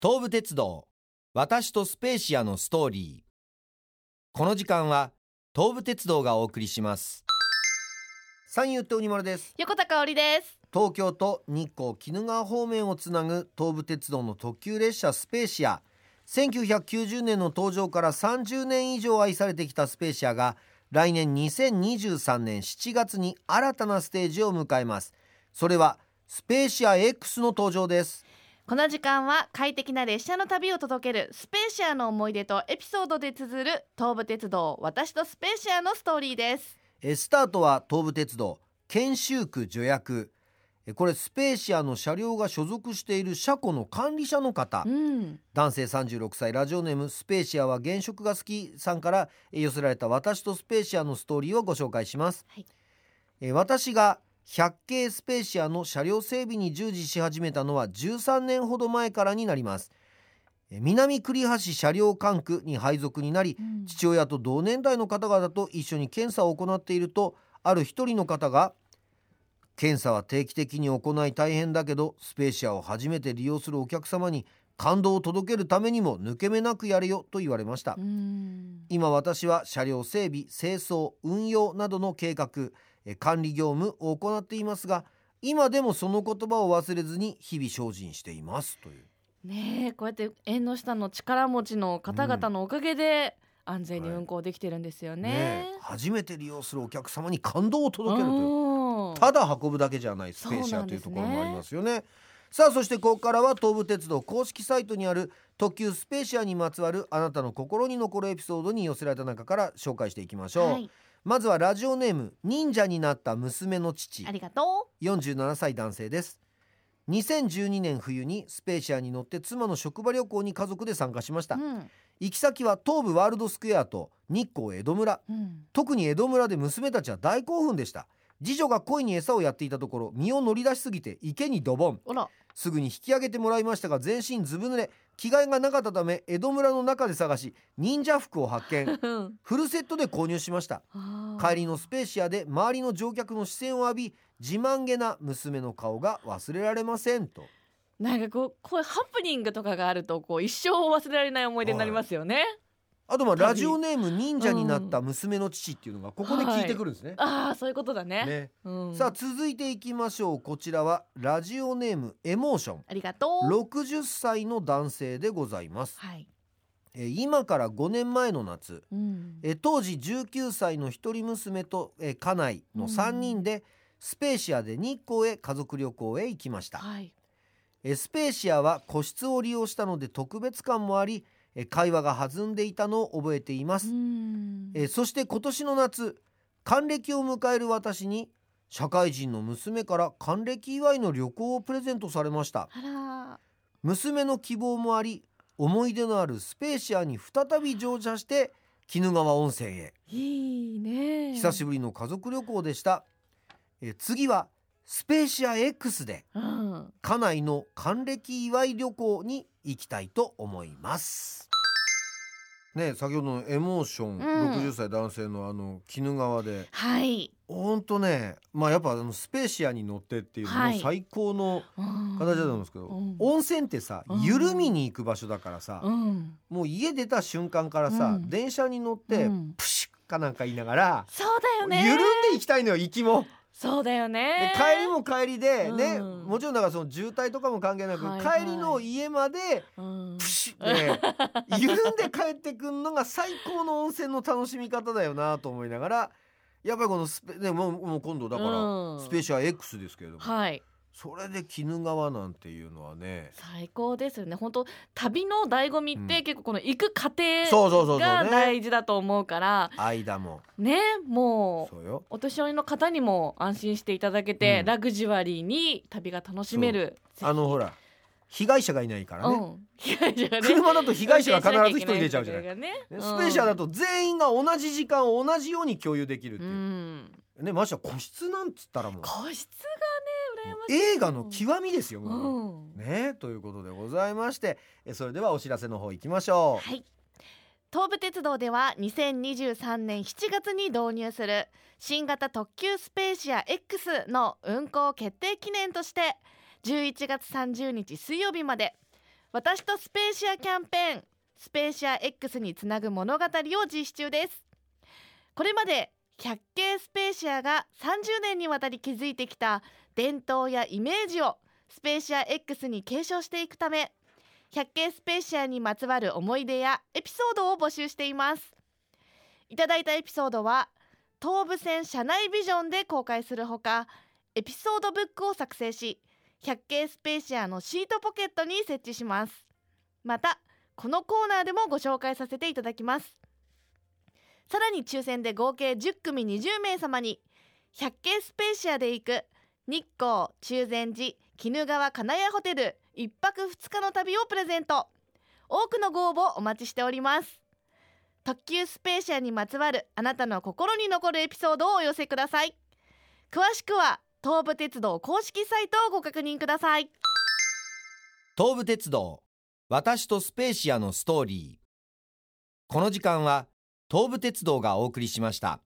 東武鉄道、私とスペーシアのストーリー。この時間は東武鉄道がお送りします。三遊亭鬼丸です。 横田香織です。 東京と日光鬼怒川方面をつなぐ東武鉄道の特急列車スペーシア。1990年の登場から30年以上愛されてきたスペーシアが来年2023年7月に新たなステージを迎えます。それはスペーシア X の登場です。 この時間は快適な列車の旅を届けるスペーシアの思い出とエピソードで綴る東武鉄道私とスペーシアのストーリーです。 スタートは東武鉄道研修区助役。これスペーシアの車両が所属している車庫の管理者の方、男性36歳、ラジオネームスペーシアは原色が好きさんから寄せられた私とスペーシアのストーリーをご紹介します。私が100系スペーシアの車両整備に従事し始めたのは13年ほど前からになります。南栗橋車両管区に配属になり、父親と同年代の方々と一緒に検査を行っていると、ある一人の方が、検査は定期的に行い大変だけどスペーシアを初めて利用するお客様に感動を届けるためにも抜け目なくやれよと言われました。今私は車両整備、清掃、運用などの計画、管理業務を行っていますが、今でもその言葉を忘れずに日々精進していますというねえ、こうやって縁の下の力持ちの方々のおかげで安全に運行できてるんですよね。 初めて利用するお客様に感動を届けるという、ただ運ぶだけじゃないスペーシアというところもありますよね。さあ、そしてここからは東武鉄道公式サイトにある特急スペーシアにまつわるあなたの心に残るエピソードに寄せられた中から紹介していきましょう。まずはラジオネーム忍者になった娘の父。 ありがとう。 47歳男性です。2012年冬にスペーシアに乗って妻の職場旅行に家族で参加しました。行き先は東武ワールドスクエアと日光江戸村、特に江戸村で娘たちは大興奮でした。次女が鯉に餌をやっていたところ身を乗り出しすぎて池にドボン。すぐに引き上げてもらいましたが全身ずぶ濡れ、着替えがなかったため江戸村の中で探し忍者服を発見フルセットで購入しました。帰りのスペーシアで周りの乗客の視線を浴び、自慢げな娘の顔が忘れられませんと。 なんかこういうハプニングとかがあると一生忘れられない思い出になりますよね。 あとラジオネーム忍者になった娘の父っていうのがここで聞いてくるんですね。 そういうことだね。 さあ続いていきましょう。こちらはラジオネームエモーション。 ありがとう。 60歳の男性でございます。今から5年前の夏、当時19歳の一人娘と家内の3人でスペーシアで日光へ家族旅行へ行きました。スペーシアは個室を利用したので特別感もあり、会話が弾んでいたのを覚えています。そして今年の夏、還暦を迎える私に社会人の娘から還暦祝いの旅行をプレゼントされました。娘の希望もあり、思い出のあるスペーシアに再び乗車して鬼怒川温泉へ。いいね。久しぶりの家族旅行でした。次はスペーシア X で家内の還暦祝い旅行に行きたいと思いますね。先ほどのエモーション、60歳男性の鬼怒川で、ほんとね、やっぱスペーシアに乗ってっていうのも最高の形だと思うんですけど、温泉ってさ、緩みに行く場所だからさ、もう家出た瞬間からさ、電車に乗ってプシュッかなんか言いながら、 そうだよね、 緩んで行きたいのよ、行きも。 そうだよね。 で帰りも帰りでね、もちろんだからその渋滞とかも関係なく、帰りの家までプシュで緩んで帰ってくんのが最高の温泉の楽しみ方だよなと思いながら、やっぱりこのもう今度だからスペーシア X ですけれども、それで鬼怒川なんていうのはね、 最高ですよね。本当旅の醍醐味って結構この行く過程が大事だと思うから、 間もね、もうお年寄りの方にも安心していただけて、ラグジュアリーに旅が楽しめる。 ほら被害者がいないからね、車だと被害者が必ず一人出ちゃうじゃない、スペーシアだと全員が同じ時間を同じように共有できるっていうね。ましてや個室なんつったらもう個室がね、羨ましい。 映画の極みですよ、ね。ということでございまして、それではお知らせの方行きましょう。 東武鉄道では2023年7月に導入する新型特急スペーシア X の運行決定記念として11月30日水曜日まで私とスペーシアキャンペーン、スペーシア X につなぐ物語を実施中です。これまで百景スペーシアが30年にわたり築いてきた伝統やイメージをスペーシア X に継承していくため、百景スペーシアにまつわる思い出やエピソードを募集しています。いただいたエピソードは東武線車内ビジョンで公開するほか、エピソードブックを作成し、百景スペーシアのシートポケットに設置します。またこのコーナーでもご紹介させていただきます。さらに抽選で合計10組20名様に百景スペーシアで行く日光中禅寺鬼怒川金谷ホテル1泊2日の旅をプレゼント。多くのご応募お待ちしております。特急スペーシアにまつわるあなたの心に残るエピソードをお寄せください。詳しくは東武鉄道公式サイトをご確認ください。 東武鉄道、私とスペーシアのストーリー。この時間は東武鉄道がお送りしました。